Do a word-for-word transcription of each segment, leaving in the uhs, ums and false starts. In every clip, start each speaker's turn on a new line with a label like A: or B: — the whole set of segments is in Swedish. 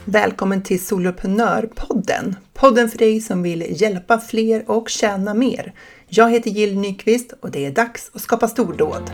A: Välkommen till Soloprenörpodden. Podden för dig som vill hjälpa fler och tjäna mer. Jag heter Jill Nyqvist och det är dags att skapa stordåd.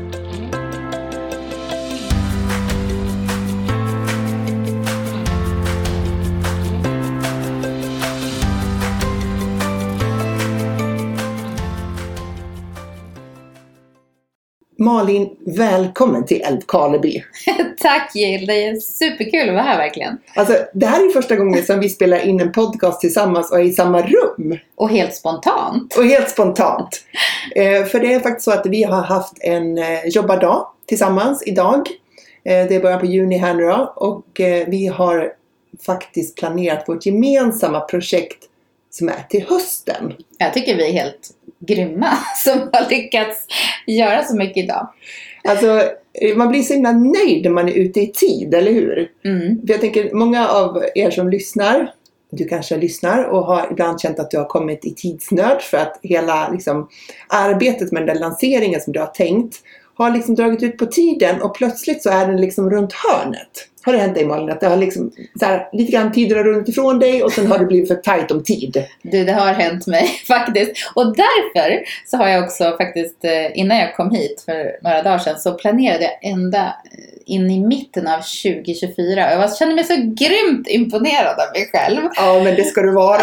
A: Malin, välkommen till Älvkarleby.
B: Tack Jill, det är superkul att vara här verkligen.
A: Alltså, det här är första gången som vi spelar in en podcast tillsammans och är i samma rum.
B: Och helt spontant.
A: Och helt spontant. eh, för det är faktiskt så att vi har haft en eh, jobbardag tillsammans idag. Eh, det är början på juni här nu då. Och eh, vi har faktiskt planerat vårt gemensamma projekt som är till hösten.
B: Jag tycker vi är helt grymma som har lyckats göra så mycket idag.
A: Alltså, man blir så himla nöjd när man är ute i tid, eller hur?
B: Mm.
A: För jag tänker, många av er som lyssnar, du kanske lyssnar och har ibland känt att du har kommit i tidsnöd för att hela liksom, arbetet med den där lanseringen som du har tänkt har liksom dragit ut på tiden och plötsligt så är den liksom runt hörnet. Har det hänt dig, Malin, att det har liksom så här, lite grann tiden runt ifrån dig och sen har det blivit för tajt om tid?
B: Du, det har hänt mig faktiskt. Och därför så har jag också faktiskt, innan jag kom hit för några dagar sedan, så planerade jag ända in i mitten av tjugo tjugofyra. Jag känner mig så grymt imponerad av mig själv.
A: Ja, men det ska du vara.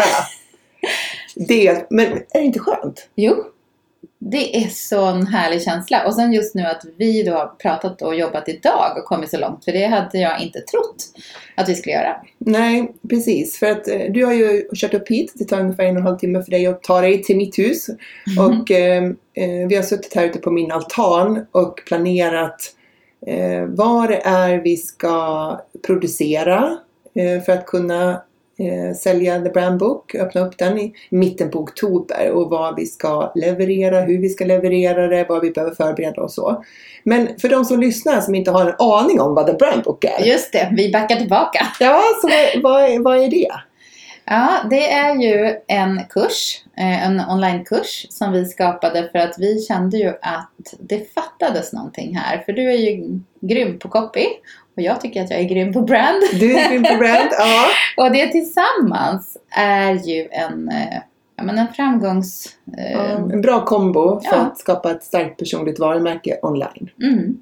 A: Det, men är det inte skönt?
B: Jo. Det är sån härlig känsla. Och sen just nu att vi då har pratat och jobbat idag och kommit så långt. För det hade jag inte trott att vi skulle göra.
A: Nej, precis. För att eh, du har ju kört upp hit. Det tar ungefär en och en halv timme för dig att ta dig till mitt hus. Mm. Och eh, vi har suttit här ute på min altan och planerat eh, vad det är vi ska producera eh, för att kunna Eh, sälja The Brand Book, öppna upp den i mitten på oktober och vad vi ska leverera, hur vi ska leverera det, vad vi behöver förbereda och så. Men för de som lyssnar som inte har en aning om vad The Brand Book är.
B: Just det, vi backar tillbaka.
A: Ja, så vad, vad, vad är det?
B: Ja, det är ju en kurs, en onlinekurs som vi skapade för att vi kände ju att det fattades någonting här. För du är ju grym på copy. Och jag tycker att jag är grym på brand.
A: Du är grym på brand, ja.
B: Och det tillsammans är ju en, ja, men en framgångs...
A: Ja, en bra kombo för
B: ja.
A: att skapa ett starkt personligt varumärke online.
B: Mm.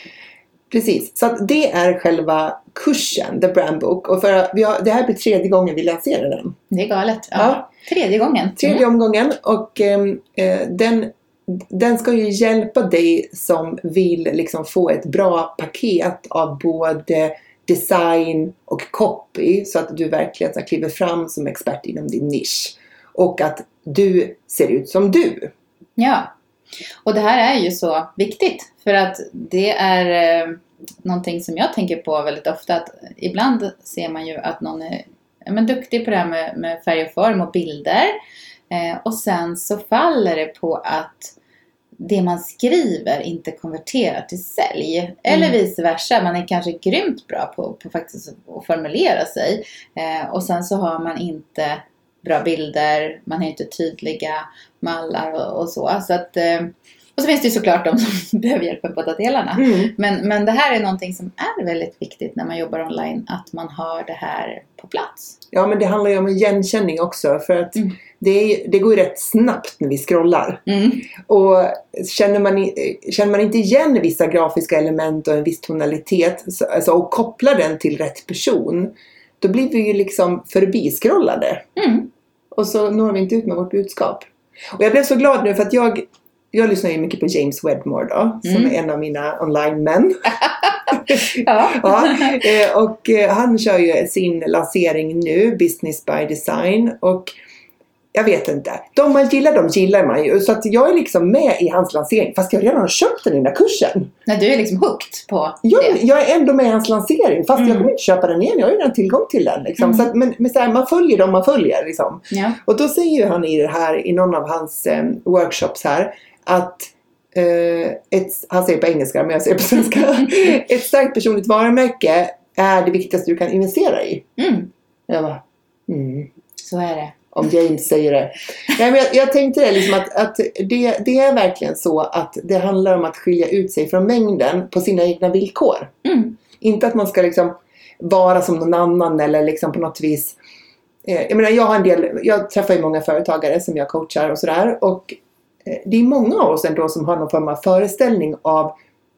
A: Precis, så att det är själva kursen, The Brand Book. Och för vi har, det här blir tredje gången vi lanserar den.
B: Det är galet, ja.
A: ja.
B: Tredje gången.
A: Tredje
B: mm.
A: omgången och eh, den... Den ska ju hjälpa dig som vill liksom få ett bra paket av både design och copy så att du verkligen ska kliva fram som expert inom din nisch. Och att du ser ut som du.
B: Ja, och det här är ju så viktigt för att det är eh, någonting som jag tänker på väldigt ofta. Att ibland ser man ju att någon är ja, men duktig på det här med, med färg och form och bilder. Eh, och sen så faller det på att det man skriver inte konverterar till sälj. Mm. Eller vice versa. Man är kanske grymt bra på, på faktiskt att formulera sig. Eh, och sen så har man inte bra bilder. Man är inte tydliga mallar och, och så. så att, eh, och så finns det ju såklart de som behöver hjälp med båda delarna. Mm. Men, men det här är någonting som är väldigt viktigt när man jobbar online. Att man har det här på plats.
A: Ja, men det handlar ju om igenkänning också. För att mm. det, är, det går ju rätt snabbt när vi scrollar. Mm. Och känner man, känner man inte igen vissa grafiska element och en viss tonalitet. Så, alltså, och kopplar den till rätt person. Då blir vi ju liksom förbi-scrollade. Mm. Och så når vi inte ut med vårt budskap. Och jag blev så glad nu för att jag... Jag lyssnar ju mycket på James Wedmore då, som mm. är en av mina online-män. ja. ja, och han kör ju sin lansering nu, Business by Design. Och jag vet inte, de man gillar, de gillar man ju. Så att jag är liksom med i hans lansering, fast jag redan har köpt den i den där kursen.
B: Nej, du är liksom hooked på
A: jag,
B: det.
A: Jag är ändå med i hans lansering, fast mm. jag kommer inte köpa den igen. Jag har ju redan tillgång till den. Liksom. Mm. Så att, men men så här, man följer dem man följer. Liksom.
B: Ja.
A: Och då säger ju han i det här, i någon av hans eh, workshops här, att uh, ett, han säger på engelska men jag säger på svenska ett starkt personligt varumärke är det viktigaste du kan investera i.
B: Mm.
A: Jag bara, mm.
B: Så är det.
A: Om James säger det. Nej, men jag, jag tänkte det liksom att, att det, det är verkligen så att det handlar om att skilja ut sig från mängden på sina egna villkor.
B: Mm.
A: Inte att man ska liksom vara som någon annan eller liksom på något vis. Eh, jag menar, jag har en del, jag träffar ju många företagare som jag coachar och sådär. Och eh, det är många av oss ändå som har någon form av föreställning av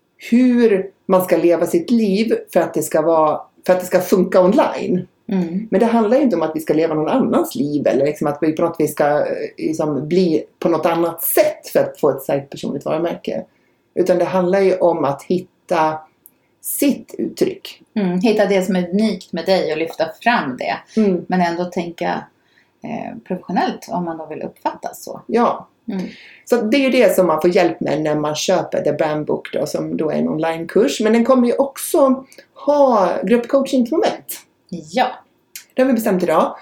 A: hur man ska leva sitt liv för att det ska vara, för att det ska funka online. Mm. Men det handlar ju inte om att vi ska leva någon annans liv eller liksom att vi på något vis ska liksom bli på något annat sätt för att få ett starkt personligt varumärke. Utan det handlar ju om att hitta sitt uttryck.
B: Mm, hitta det som är unikt med dig och lyfta fram det. Mm. Men ändå tänka eh, professionellt om man då vill uppfattas så.
A: Ja. Mm. Så det är ju det som man får hjälp med när man köper The Brand Book då, som då är en onlinekurs. Men den kommer ju också ha gruppcoaching-moment.
B: Ja.
A: Det har vi bestämt idag.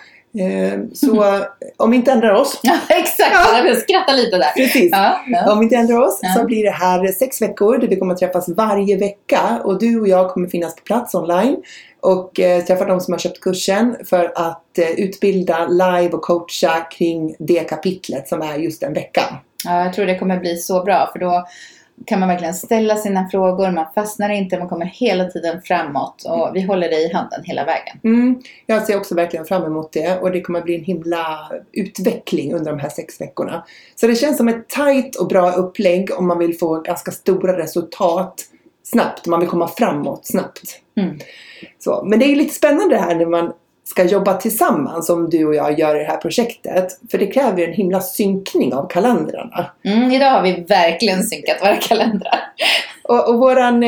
A: Så mm. om vi inte ändrar oss.
B: Ja, exakt. Ja. Jag vill skratta lite där.
A: Precis. Ja, ja. Om vi inte ändrar oss
B: ja.
A: så blir det här sex veckor där vi kommer att träffas varje vecka. Och du och jag kommer finnas på plats online. Och eh, träffa de som har köpt kursen för att eh, utbilda live och coacha kring det kapitlet som är just den veckan.
B: Ja, jag tror det kommer bli så bra. För då kan man verkligen ställa sina frågor. Man fastnar inte, man kommer hela tiden framåt. Och vi håller dig i handen hela vägen.
A: Mm, jag ser också verkligen fram emot det. Och det kommer bli en himla utveckling under de här sex veckorna. Så det känns som ett tajt och bra upplägg om man vill få ganska stora resultat snabbt. Man vill komma framåt snabbt. Mm. Så, men det är ju lite spännande här när man ska jobba tillsammans som du och jag gör i det här projektet. För det kräver ju en himla synkning av kalendrarna.
B: Mm, idag har vi verkligen synkat våra kalendrar.
A: Och, och våran,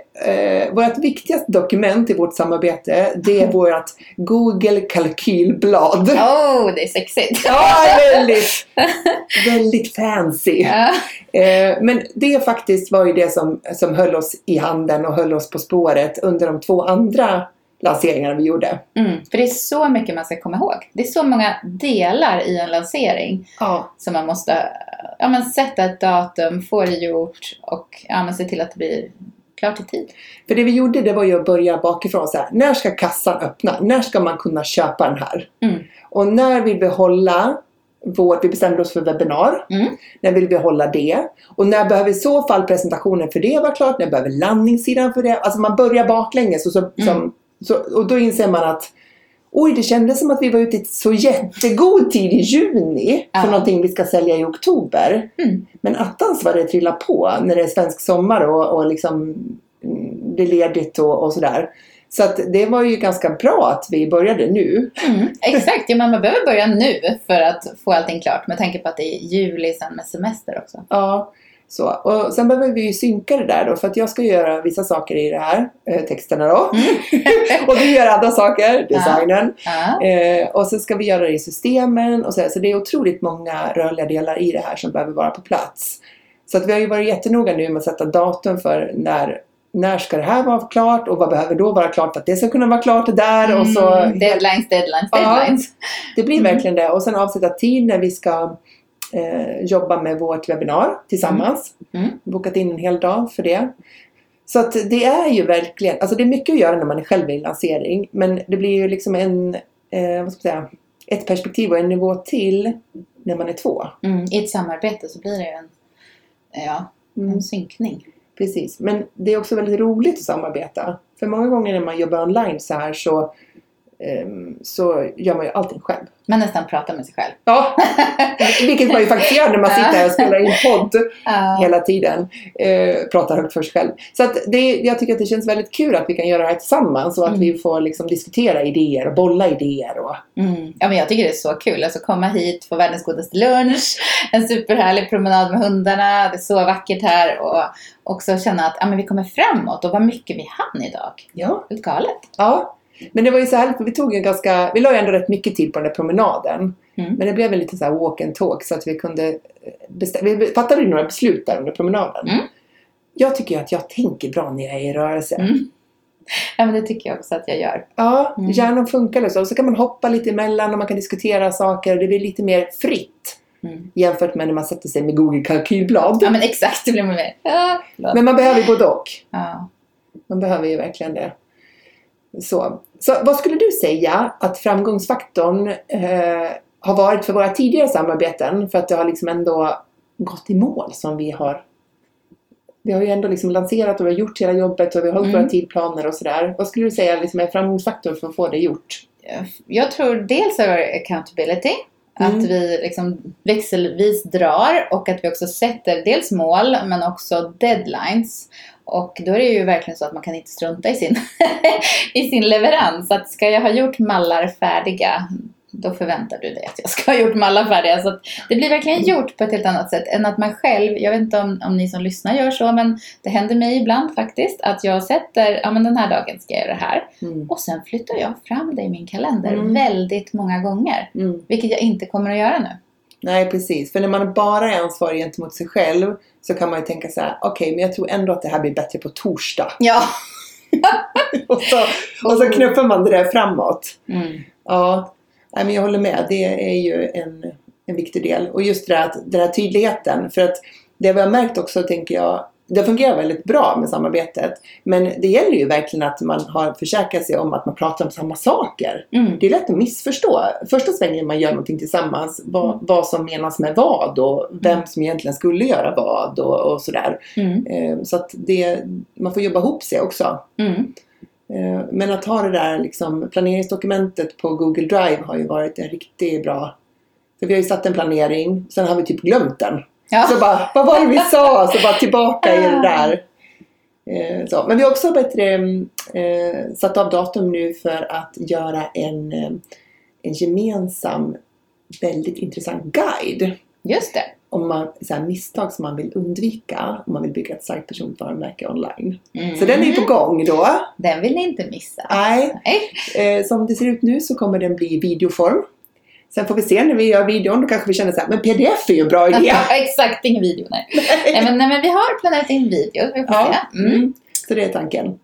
A: eh, vårt viktigaste dokument i vårt samarbete, det är vårt Google kalkylblad.
B: Åh, oh, det är sexigt.
A: Ja, väldigt, väldigt fancy. Ja. Eh, men det faktiskt var ju det som, som höll oss i handen och höll oss på spåret under de två andra lanseringarna vi gjorde.
B: Mm, för det är så mycket man ska komma ihåg. Det är så många delar i en lansering
A: ja.
B: som man måste ja, men sätta ett datum, få det gjort och ja, men se till att det blir klart i tid.
A: För det vi gjorde det var ju att börja bakifrån så här. När ska kassan öppna? När ska man kunna köpa den här? Mm. Och när vill vi hålla vårt, vi bestämde oss för webbinar. Mm. När vill vi hålla det? Och när behöver i så fall presentationen för det vara klart? När behöver landningssidan för det? Alltså man börjar baklänges och så, mm. som Så, och då inser man att oj, det kändes som att vi var ute i så jättegod tid i juni för ja. någonting vi ska sälja i oktober. Mm. Men attans vad det trillar på när det är svensk sommar och, och liksom det är ledigt och, och sådär. Så att det var ju ganska bra att vi började nu.
B: Mm, exakt, ja, man behöver börja nu för att få allting klart med tanke på att det är juli sen med semester också.
A: Ja. Så, och sen behöver vi ju synka det där då, för att jag ska göra vissa saker i det här, eh, texterna då. Mm. Och du gör andra saker, designen. Ja. Eh, och så ska vi göra det i systemen och så, så det är otroligt många rörliga delar i det här som behöver vara på plats. Så att vi har ju varit jättenoga nu med att sätta datum för när, när ska det här vara klart och vad behöver då vara klart för att det ska kunna vara klart där. Mm, och så,
B: deadlines, deadlines, deadlines.
A: Ja, det blir mm. verkligen det. Och sen avsätta tid när vi ska Eh, jobba med vårt webbinar tillsammans. Mm. Mm. Bokat in en hel dag för det. Så att det är ju verkligen, alltså det är mycket att göra när man är själv i en lansering. Men det blir ju liksom en, eh, vad ska jag säga, ett perspektiv och en nivå till när man är två.
B: Mm. I ett samarbete så blir det ju en, ja, en mm. synkning.
A: Precis, men det är också väldigt roligt att samarbeta. För många gånger när man jobbar online så här så så gör man ju allting själv.
B: Man nästan pratar med sig själv.
A: Ja, vilket man ju faktiskt gör när man sitter här och spelar in podd ja. hela tiden. Eh, pratar högt för sig själv. Så att det, jag tycker att det känns väldigt kul att vi kan göra det här tillsammans och att mm. vi får liksom diskutera idéer och bolla idéer. Och...
B: Mm. Ja, men jag tycker det är så kul. Alltså komma hit, få världens godaste lunch, en superhärlig promenad med hundarna. Det är så vackert här och också känna att ja, men vi kommer framåt och vad mycket vi hann idag.
A: Ja.
B: Helt galet.
A: Ja. Men det var ju så här, för vi tog en ganska, vi la ju ändå rätt mycket tid på den där promenaden. Mm. Men det blev väl lite så här walk and talk så att vi kunde bestämma, vi fattade ju några beslut där under promenaden. Mm. Jag tycker att jag tänker bra när jag är i rörelse.
B: Mm. Ja, men det tycker jag också att jag gör.
A: Ja, mm. hjärnan funkar så. Och så kan man hoppa lite emellan och man kan diskutera saker. Det blir lite mer fritt. Mm. Jämfört med när man sätter sig med Google kalkylblad.
B: Ja, men exakt, det blir man med. Ja,
A: men man behöver ju både och.
B: Ja.
A: Man behöver ju verkligen det. Så. Så vad skulle du säga att framgångsfaktorn eh, har varit för våra tidigare samarbeten? För att det har liksom ändå gått i mål som vi har vi har ju ändå liksom lanserat och vi har gjort hela jobbet och vi har hållit
B: Mm.
A: våra tidplaner och sådär. Vad skulle du säga liksom är framgångsfaktor för att få det gjort?
B: Jag tror dels är accountability.
A: Mm.
B: Att vi liksom växelvis drar och att vi också sätter dels mål men också deadlines. Och då är det ju verkligen så att man kan inte strunta i sin, i sin leverans. Att ska jag ha gjort mallar färdiga, då förväntar du dig att jag ska ha gjort mallar färdiga. Så att det blir verkligen gjort på ett helt annat sätt än att man själv, jag vet inte om, om ni som lyssnar gör så, men det händer mig ibland faktiskt att jag sätter, ja men den här dagen ska jag göra det här.
A: Mm.
B: Och sen flyttar jag fram det i min kalender
A: Mm.
B: väldigt många gånger.
A: Mm.
B: Vilket jag inte kommer att göra nu.
A: Nej, precis. För när man bara är ansvarig gentemot sig själv så kan man ju tänka så här: okej, okay, men jag tror ändå att det här blir bättre på torsdag.
B: Ja.
A: och, så, och så knuffar man det där framåt.
B: Mm.
A: Ja, nej, men jag håller med. Det är ju en, en viktig del. Och just det där, att, den här tydligheten. För att det vi har märkt också, tänker jag, det fungerar väldigt bra med samarbetet. Men det gäller ju verkligen att man har försäkrat sig om att man pratar om samma saker.
B: Mm.
A: Det är lätt att missförstå. Första svängen man gör någonting tillsammans, vad, vad som menas med vad och vem som egentligen skulle göra vad och, och sådär.
B: Mm.
A: Eh, så att det, man får jobba ihop sig också.
B: Mm.
A: Eh, men att ha det där liksom, planeringsdokumentet på Google Drive har ju varit en riktigt bra. För vi har ju satt en planering, sen har vi typ glömt den.
B: Ja.
A: Så bara, vad var det vi sa? Så bara tillbaka i det där. Eh, så. Men vi har också bättre eh, satt av datum nu för att göra en, eh, en gemensam, väldigt intressant guide.
B: Just det.
A: Om man, så här, misstag som man vill undvika om man vill bygga ett starkt personligt varumärke online.
B: Mm.
A: Så den är på gång då.
B: Den vill ni inte missa.
A: Nej.
B: Nej.
A: Eh, som det ser ut nu så kommer den bli i videoform. Sen får vi se när vi gör videon. Då kanske vi känner så här, men P D F är ju en bra idé.
B: Ja, exakt, ingen video. Nej. nej, men, nej men vi har planerat in video. Vi får
A: Ja,
B: se. Mm.
A: mm. Så det är tanken.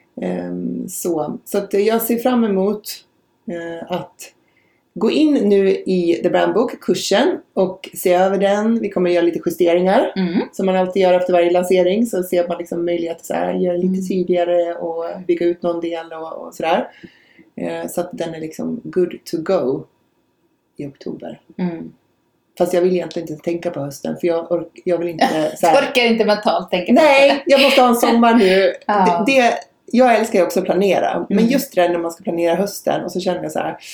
A: Um, så så att jag ser fram emot uh, att gå in nu i The Brand Book, kursen, och se över den. Vi kommer göra lite justeringar.
B: Mm.
A: Som man alltid gör efter varje lansering. Så ser man liksom möjlighet att så här, göra lite
B: Mm.
A: tydligare och bygga ut någon del och, och sådär. Uh, så att den är liksom good to go i oktober.
B: Mm.
A: Fast jag vill egentligen inte tänka på hösten. För jag, ork, jag vill inte så här,
B: Orkar inte mentalt tänka på
A: nej,
B: det.
A: jag måste ha en sommar nu.
B: Ja.
A: det, det, jag älskar ju också att planera.
B: Mm.
A: Men just det där när man ska planera hösten. Och så känner jag så här.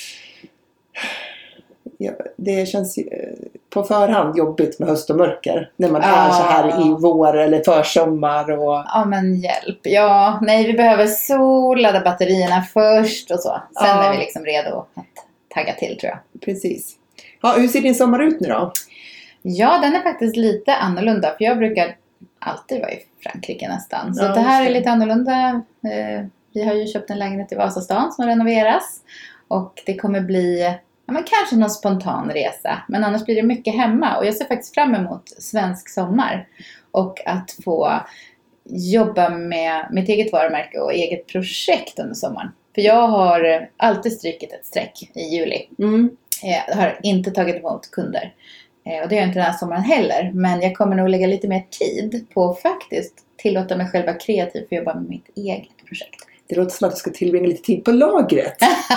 A: Ja, det känns ju, på förhand jobbigt med höst och mörker. När man
B: Ja.
A: är så här i vår eller försommar. Och,
B: Ja men hjälp. Ja, nej vi behöver sol, ladda batterierna först och så. Sen
A: Ja.
B: är vi liksom redo att tagga till tror jag.
A: precis. Ja, hur ser din sommar ut nu då?
B: Ja, den är faktiskt lite annorlunda. För jag brukar alltid vara i Frankrike nästan. Så
A: Ja,
B: det här
A: just
B: är
A: det.
B: lite annorlunda. Eh, Vi har ju köpt en lägenhet i Vasastan som renoveras. Och det kommer bli ja, men kanske någon spontan resa. Men annars blir det mycket hemma. Och jag ser faktiskt fram emot svensk sommar. Och att få jobba med mitt eget varumärke och eget projekt under sommaren. För jag har alltid strykit ett streck i juli.
A: Mm.
B: Jag har inte tagit emot kunder. Eh, Och det gör jag inte den här sommaren heller. Men jag kommer nog lägga lite mer tid på att faktiskt tillåta mig själv vara kreativ för att jobba med mitt eget projekt.
A: Det låter som att du ska tillbringa lite tid på lagret.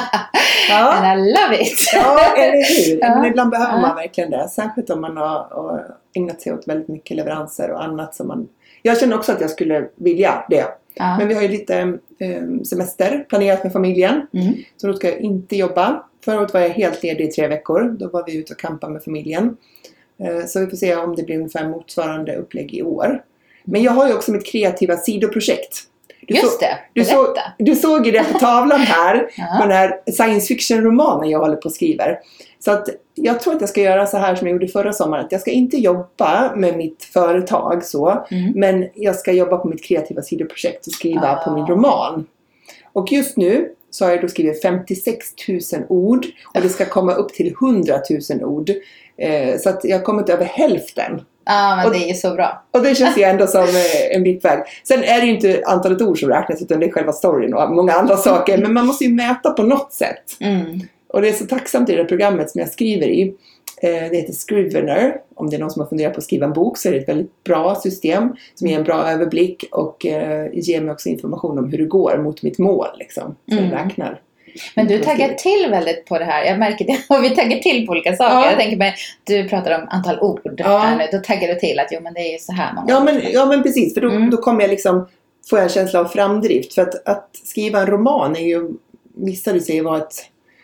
A: Ja.
B: And I love it!
A: Ja, eller hur?
B: Ja.
A: Men ibland behöver
B: Ja.
A: man verkligen det. Särskilt om man har, har ägnat sig åt väldigt mycket leveranser och annat som man... Jag känner också att jag skulle vilja det.
B: Ja.
A: Men vi har ju lite eh, semester planerat med familjen.
B: Mm.
A: Så då ska jag inte jobba. Förra året var jag helt ledig i tre veckor. Då var vi ute och campade med familjen. Eh, så vi får se om det blir ungefär motsvarande upplägg i år. Men jag har ju också mitt kreativa sidoprojekt. Du
B: Just
A: så,
B: det,
A: du, så,
B: berätta.
A: du såg ju det på tavlan här.
B: Ja.
A: På den här science fiction-romanen jag håller på och skriver. Så att jag tror att jag ska göra så här som jag gjorde förra sommaren. Att jag ska inte jobba med mitt företag så.
B: Mm.
A: Men jag ska jobba på mitt kreativa sidoprojekt och skriva
B: Ah.
A: på min roman. Och just nu så har jag då skrivit femtiosex tusen ord. Och det ska komma upp till hundra tusen ord. Eh, så att jag har kommit över hälften.
B: Ja, men
A: Och-
B: det är ju så bra.
A: Och det känns ju ändå som eh, en bit väg. Sen är det ju inte antalet ord som räknas utan det är själva storyn och många andra saker. Men man måste ju mäta på något sätt.
B: Mm.
A: Och det är så tacksamt i det programmet som jag skriver i. Eh, det heter Scrivener. Om det är någon som har funderat på att skriva en bok så är det ett väldigt bra system. Som ger en bra överblick och eh, ger mig också information om hur det går mot mitt mål. Liksom, så
B: Mm.
A: det räknar.
B: Men du taggar till väldigt på det här. Jag märker det. Och vi taggar till på olika saker. Ja. Jag tänker mig, du pratar om antal ord. Ja. Här nu. Då taggar du till att jo, men det är ju så här många
A: ja,
B: ord.
A: Men, ja, men precis. För då,
B: mm.
A: då kommer jag liksom, får jag en känsla av framdrift. För att, att skriva en roman är ju, visade sig vara ett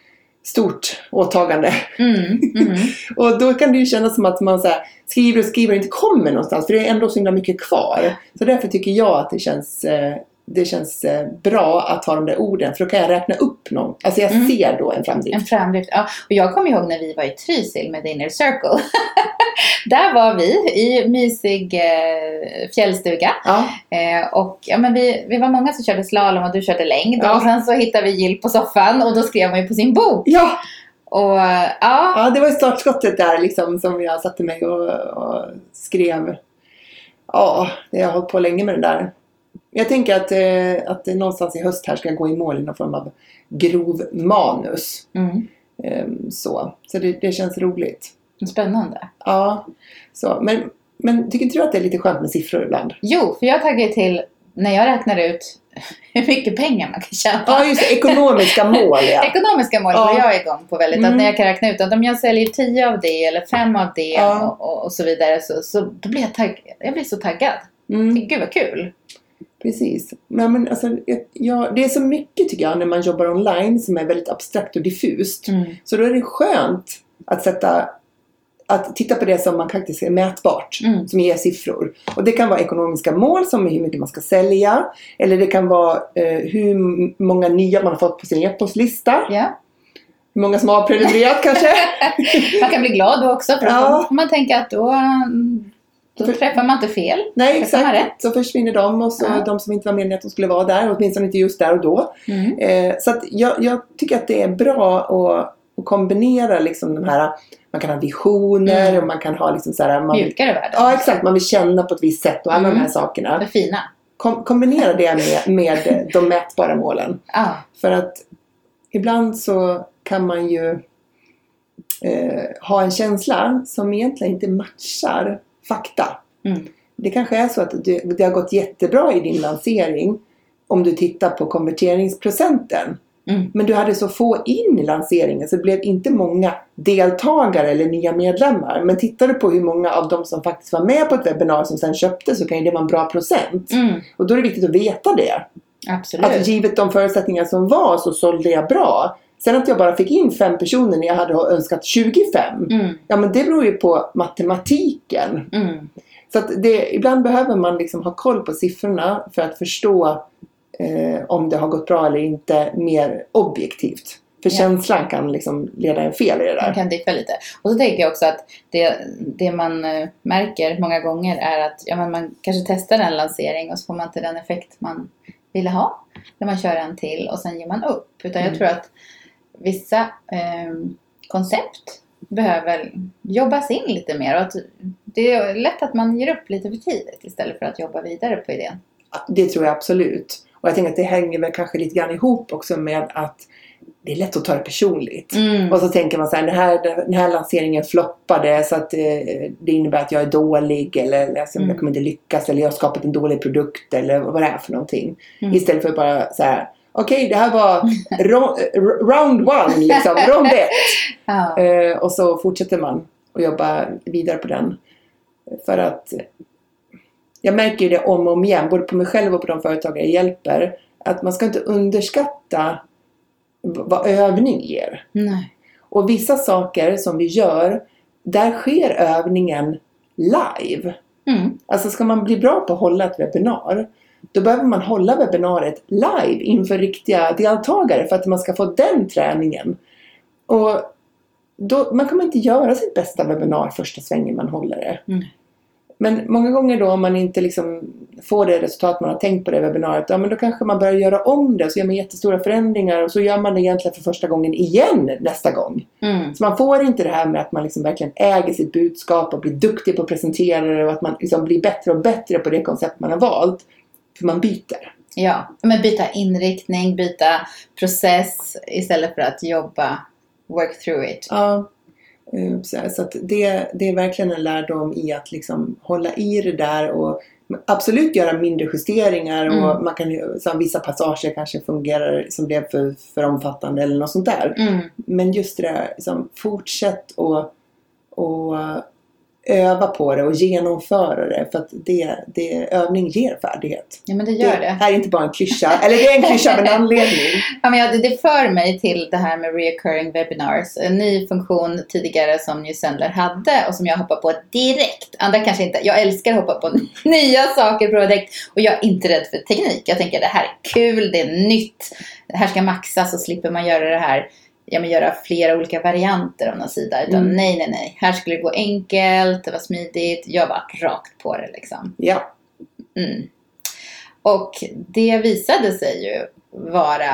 A: stort åtagande.
B: Mm. Mm.
A: Och då kan det ju kännas som att man så här, skriver och skriver och inte kommer någonstans. För det är ändå så himla mycket kvar. Så därför tycker jag att det känns... Eh, Det känns bra att ha de där orden. För då kan jag räkna upp någon. Alltså jag
B: mm.
A: ser då en framdrift.
B: En framdrift, ja. Och jag kommer ihåg när vi var i Trysil med Inner Circle. Där var vi i mysig eh, fjällstuga.
A: Ja.
B: Eh, och ja, men vi, vi var många som körde slalom och du körde längd.
A: Ja.
B: Och sen så hittade vi Jill på soffan. Och då skrev man ju på sin bok.
A: Ja.
B: Och ja.
A: Ja, det var startskottet där liksom som jag satte mig och, och skrev. Ja, jag har hållit på länge med det där. Jag tänker att, eh, att någonstans i höst här ska jag gå i mål i någon form av grov manus.
B: Mm.
A: Ehm, så så det, det känns roligt.
B: Spännande.
A: Ja, så. Men, men tycker inte du att det är lite skönt med siffror ibland?
B: Jo, för jag taggar till när jag räknar ut hur mycket pengar man kan tjäna.
A: Ja, just det. Ekonomiska mål. Ja.
B: Ekonomiska mål
A: ja.
B: går jag igång på väldigt.
A: Mm.
B: Att när jag kan räkna ut att om jag säljer tio av det eller fem av det
A: ja.
B: och, och, och så vidare. Så, så då blir jag, tagg, jag blir så taggad.
A: Mm.
B: Gud vad kul.
A: Precis. Men, men alltså, ja, det är så mycket tycker jag när man jobbar online som är väldigt abstrakt och diffust.
B: Mm.
A: Så då är det skönt att sätta... Att titta på det som man faktiskt är mätbart.
B: Mm.
A: Som ger siffror. Och det kan vara ekonomiska mål som är hur mycket man ska sälja. Eller det kan vara eh, hur många nya man har fått på sin e-postlista.
B: Ja.
A: Hur många som har prenumererat kanske.
B: Man kan bli glad då också. För
A: ja.
B: att man tänker att då, då för, träffar man inte fel.
A: Nej, exakt. Så försvinner de. Och så ja. De som inte var meningen att de skulle vara där. Åtminstone inte just där och då.
B: Mm.
A: Eh, så att jag, jag tycker att det är bra att, att kombinera liksom de här... Man kan ha visioner mm. och man kan ha liksom så här... Man
B: mjukare världen.
A: Ja, exakt. Man vill känna på ett visst sätt och alla mm. de här sakerna.
B: Det fina.
A: Kom, kombinera det med, med de mätbara målen.
B: Ah.
A: För att ibland så kan man ju eh, ha en känsla som egentligen inte matchar fakta.
B: Mm.
A: Det kanske är så att det, det har gått jättebra i din lansering om du tittar på konverteringsprocenten.
B: Mm.
A: Men du hade så få in i lanseringen så det blev inte många deltagare eller nya medlemmar. Men tittar du på hur många av dem som faktiskt var med på ett webbinar som sen köpte så kan ju det vara en bra procent.
B: Mm.
A: Och då är det viktigt att veta det.
B: Absolut.
A: Att givet de förutsättningar som var så sålde jag bra. Sen att jag bara fick in fem personer när jag hade önskat tjugofem.
B: Mm.
A: Ja, men det beror ju på matematiken.
B: Mm.
A: Så att det, ibland behöver man liksom ha koll på siffrorna för att förstå eh, om det har gått bra eller inte mer objektivt. För ja. Känslan kan liksom leda en fel i det där.
B: Man kan diffa lite. Och så tänker jag också att det, det man märker många gånger är att ja, men man kanske testar en lansering och så får man inte den effekt man ville ha. När man kör en till och sen ger man upp. Utan jag mm. tror att vissa eh, koncept behöver jobbas in lite mer. Och att det är lätt att man ger upp lite för tidigt istället för att jobba vidare på idén.
A: Det tror jag absolut. Och jag tänker att det hänger väl kanske lite grann ihop också med att det är lätt att ta det personligt. Mm. Och så tänker man så här, den här, den här lanseringen floppade så att eh, det innebär att jag är dålig eller alltså, mm. jag kommer inte lyckas eller jag har skapat en dålig produkt eller vad det är för någonting. Mm. Istället för bara så här, okej, okay, det här var ro- round one, liksom, rond ett. Ja. Eh, och så fortsätter man att jobba vidare på den. För att jag märker ju det om och om igen, både på mig själv och på de företagare jag hjälper, att man ska inte underskatta vad övning ger.
B: Nej.
A: Och vissa saker som vi gör, där sker övningen live.
B: Mm.
A: Alltså ska man bli bra på att hålla ett webbinar, då behöver man hålla webbinariet live inför riktiga deltagare för att man ska få den träningen. Och då, man kommer inte göra sitt bästa webbinar första svängen man håller det.
B: Mm.
A: Men många gånger då om man inte liksom får det resultat man har tänkt på det webbinariet, ja men då kanske man börjar göra om det och så gör man jättestora förändringar och så gör man det egentligen för första gången igen nästa gång.
B: Mm.
A: Så man får inte det här med att man liksom verkligen äger sitt budskap och blir duktig på att presentera det och att man liksom blir bättre och bättre på det koncept man har valt. För man byter.
B: Ja, men byta inriktning, byta process istället för att jobba work through it.
A: Ja. Så att det, det är verkligen en lärdom i att liksom hålla i det där och absolut göra mindre justeringar och
B: Mm.
A: man kan, så vissa passager kanske fungerar som blev för, för omfattande eller något sånt där.
B: Mm.
A: Men just det där, liksom, fortsätt och, och öva på det och genomföra det, för att det, det, övning ger färdighet.
B: Ja, men det gör det.
A: Det är inte bara en klyscha, eller det är en klyscha av en anledning.
B: Ja, men ja, det, det för mig till det här med reoccurring webinars. En ny funktion tidigare som New Sendler hade och som jag hoppar på direkt. Andra kanske inte. Jag älskar att hoppa på nya saker på direkt. Och jag är inte rädd för teknik. Jag tänker det här är kul, det är nytt. Det här ska maxas och slipper man göra det här. Ja, men göra flera olika varianter av någon sida. Utan
A: Mm.
B: nej, nej, nej. Här skulle det gå enkelt, det var smidigt. Jag var rakt på det liksom.
A: Ja.
B: Mm. Och det visade sig ju vara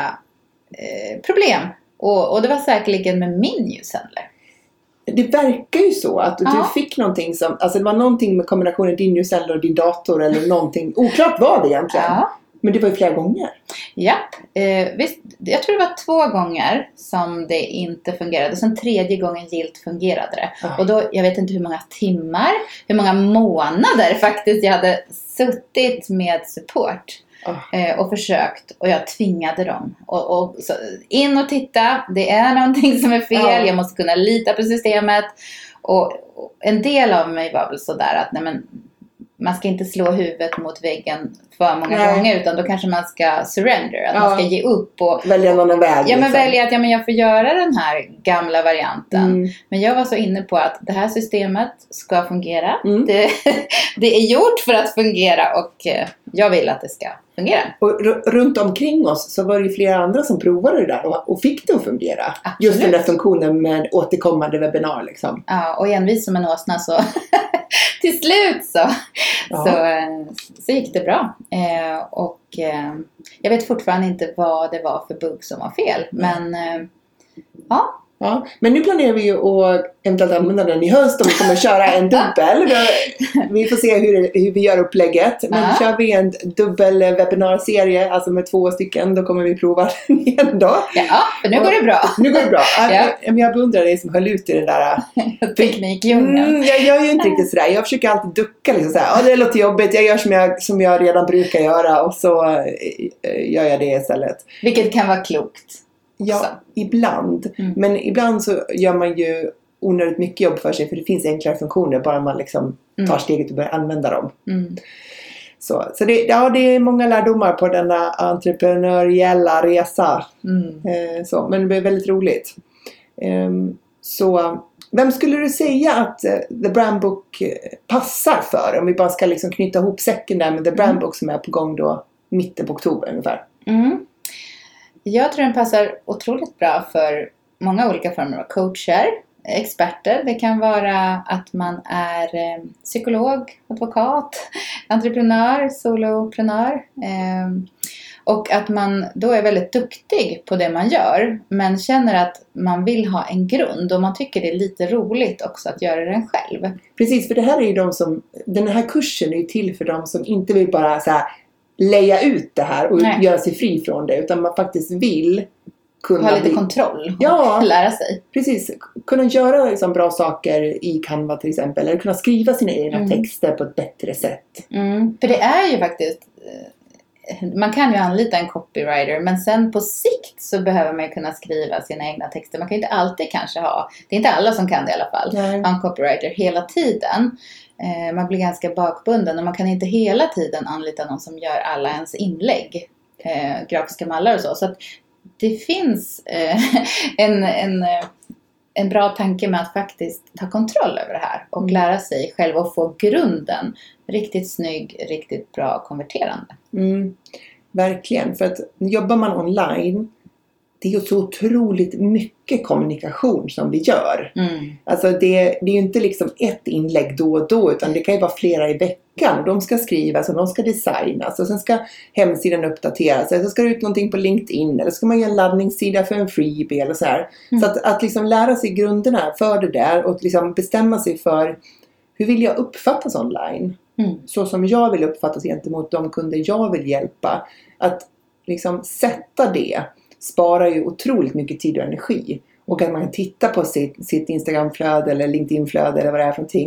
B: eh, problem. Och, och det var säkerligen med min New Sendler.
A: Det verkar ju så att
B: Ja.
A: du fick någonting som, alltså det var någonting med kombinationen din New Sendler och din dator eller någonting, oklart vad det egentligen.
B: Ja.
A: Men det var ju flera gånger.
B: Ja, eh, visst, jag tror det var två gånger som det inte fungerade. Sen tredje gången gilt fungerade det.
A: Aj.
B: Och då, jag vet inte hur många timmar, hur många månader faktiskt jag hade suttit med support.
A: Oh.
B: Eh, och försökt, och jag tvingade dem och, och, så, in och titta, det är någonting som är fel,
A: Ja.
B: jag måste kunna lita på systemet. Och, och en del av mig var väl sådär att nej, men, man ska inte slå huvudet mot väggen för många
A: Nej.
B: gånger, utan då kanske man ska surrender, att
A: Ja.
B: man ska ge upp och
A: Välja någon väg.
B: ja, men
A: liksom.
B: välja att ja, men jag får göra den här gamla varianten.
A: Mm.
B: Men jag var så inne på att det här systemet ska fungera.
A: Mm.
B: Det, det är gjort för att fungera och eh, jag vill att det ska fungera.
A: Och r- runt omkring oss så var det ju flera andra som provade det där och, och fick det att fungera.
B: Absolut.
A: Just den där funktionen med återkommande webbinar liksom.
B: Ja, och envis som en åsna så till slut så,
A: Ja.
B: så, eh, så gick det bra. Eh, och eh, jag vet fortfarande inte vad det var för bugg som var fel. Men eh, ja.
A: Ja, men nu planerar vi ju att eventuellt använda den i höst om vi kommer köra en dubbel. Vi får se hur, hur vi gör upplägget. Men
B: Ja.
A: kör vi en dubbel webbinarserie, alltså med två stycken, då kommer vi prova den igen då.
B: ja, för nu går det bra.
A: Nu går det bra.
B: Ja.
A: Jag, jag beundrar dig som höll ut i den där.
B: Teknikdjungeln.
A: Mm, jag gör ju inte riktigt sådär. Jag försöker alltid ducka liksom såhär. Ja, det låter jobbigt. Jag gör som jag, som jag redan brukar göra. Och så eh, gör jag det istället.
B: Vilket kan vara klokt.
A: Ja,
B: Så.
A: ibland.
B: Mm.
A: Men ibland så gör man ju onödigt mycket jobb för sig. För det finns enklare funktioner. Bara man liksom
B: Mm.
A: tar steget och börjar använda dem.
B: Mm.
A: Så, så det, ja, det är många lärdomar på denna entreprenöriella resa.
B: Mm.
A: Eh, så, men det blir väldigt roligt. Ehm, så vem skulle du säga att eh, The Brand Book eh, passar för? Om vi bara ska liksom knyta ihop säcken där med The Brand
B: Mm.
A: Book som är på gång då mitten på oktober ungefär.
B: Mm. Jag tror den passar otroligt bra för många olika former av coacher, experter. Det kan vara att man är eh, psykolog, advokat, entreprenör, soloprenör. Eh, och att man då är väldigt duktig på det man gör, men känner att man vill ha en grund och man tycker det är lite roligt också att göra den själv.
A: Precis, för det här är ju de som, den här kursen är ju till för de som inte vill bara så här leja ut det här och
B: Nej.
A: göra sig fri från det, utan man faktiskt vill kunna
B: Ha lite
A: bli,
B: kontroll och
A: Ja.
B: lära sig.
A: precis, kunna göra liksom bra saker i Canva till exempel, eller kunna skriva sina egna
B: Mm.
A: texter på ett bättre sätt.
B: Mm, för det är ju faktiskt, eh, man kan ju anlita en copywriter, men sen på sikt så behöver man ju kunna skriva sina egna texter. Man kan ju inte alltid kanske ha, det är inte alla som kan det i alla fall,
A: Nej.
B: ha en copywriter hela tiden. Eh, man blir ganska bakbunden och man kan inte hela tiden anlita någon som gör alla ens inlägg, eh, grafiska mallar och så. Så att det finns eh, en, en, eh, en bra tanke med att faktiskt ta kontroll över det här och
A: Mm.
B: lära sig själv och få grunden riktigt snygg, riktigt bra konverterande.
A: Mm, verkligen, för att jobbar man online, det är ju så otroligt mycket kommunikation som vi gör.
B: Mm.
A: Alltså det, det är ju inte liksom ett inlägg då och då, utan det kan ju vara flera i veckan. Och de ska skrivas och de ska designas och sen ska hemsidan uppdateras. Eller så ska det ut någonting på LinkedIn, eller så ska man göra en laddningssida för en freebie eller så här.
B: Mm.
A: Så att, att liksom lära sig grunderna för det där och liksom bestämma sig för hur vill jag uppfattas online?
B: Mm.
A: Så som jag vill uppfattas gentemot de kunder jag vill hjälpa. Att liksom sätta det sparar ju otroligt mycket tid och energi. Och att man kan titta på sitt, sitt Instagramflöde eller LinkedInflöde eller vad det är för någonting.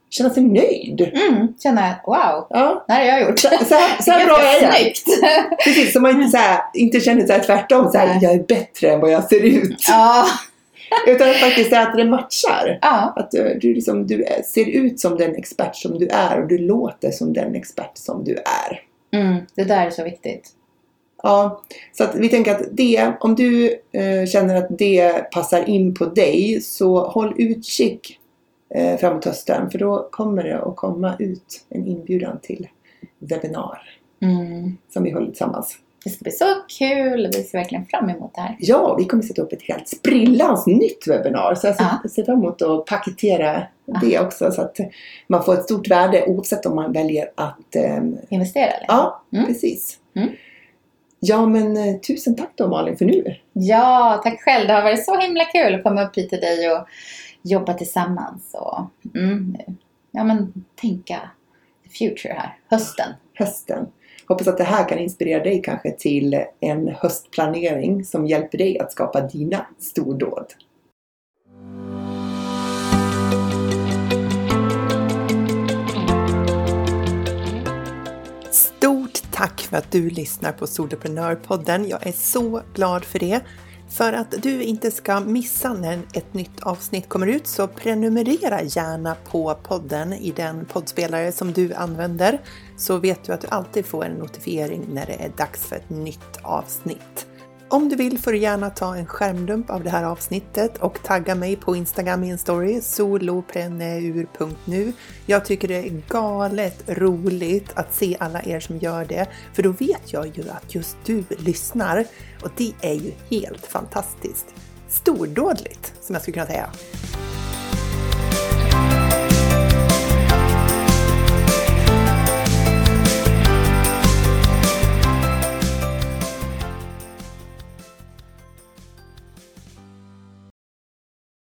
A: känna sig nöjd.
B: Mm, känna, wow,
A: ja.
B: det här har jag gjort.
A: Så, så, här, så här bra är jag.
B: Snyggt.
A: Precis, så man inte, så här, inte känner så här tvärtom, så här, jag är bättre än vad jag ser ut.
B: Ja.
A: Utan faktiskt att det matchar.
B: Ja.
A: Att du, du, liksom, du ser ut som den expert som du är och du låter som den expert som du är.
B: Mm, det där är så viktigt.
A: Ja, så att vi tänker att det, om du eh, känner att det passar in på dig, så håll utkik eh, framåt hösten, för då kommer det att komma ut en inbjudan till webbinar mm. som vi håller tillsammans.
B: Det ska bli så kul, vi ser verkligen fram emot det här.
A: Ja, vi kommer sätta upp ett helt sprillans nytt webbinar, så jag ser, ser fram emot att paketera Aha. det också, så att man får ett stort värde oavsett om man väljer att eh,
B: investera. Eller?
A: Ja,
B: mm.
A: precis.
B: Mm.
A: Ja, men eh, tusen tack då Malin för nu.
B: Ja, tack själv. Det har varit så himla kul att komma upp hit till dig och jobba tillsammans. Och, mm, ja, men tänka the future här. Hösten.
A: Hösten. Hoppas att det här kan inspirera dig kanske till en höstplanering som hjälper dig att skapa dina stordåd. Stort tack för att du lyssnar på Soloprenörpodden. Jag är så glad för det. För att du inte ska missa när ett nytt avsnitt kommer ut, så prenumerera gärna på podden i den poddspelare som du använder. Så vet du att du alltid får en notifiering när det är dags för ett nytt avsnitt. Om du vill får du gärna ta en skärmdump av det här avsnittet och tagga mig på Instagram i en story, solopreneur punkt nu. Jag tycker det är galet roligt att se alla er som gör det, för då vet jag ju att just du lyssnar, och det är ju helt fantastiskt. Stordådligt, som jag skulle kunna säga.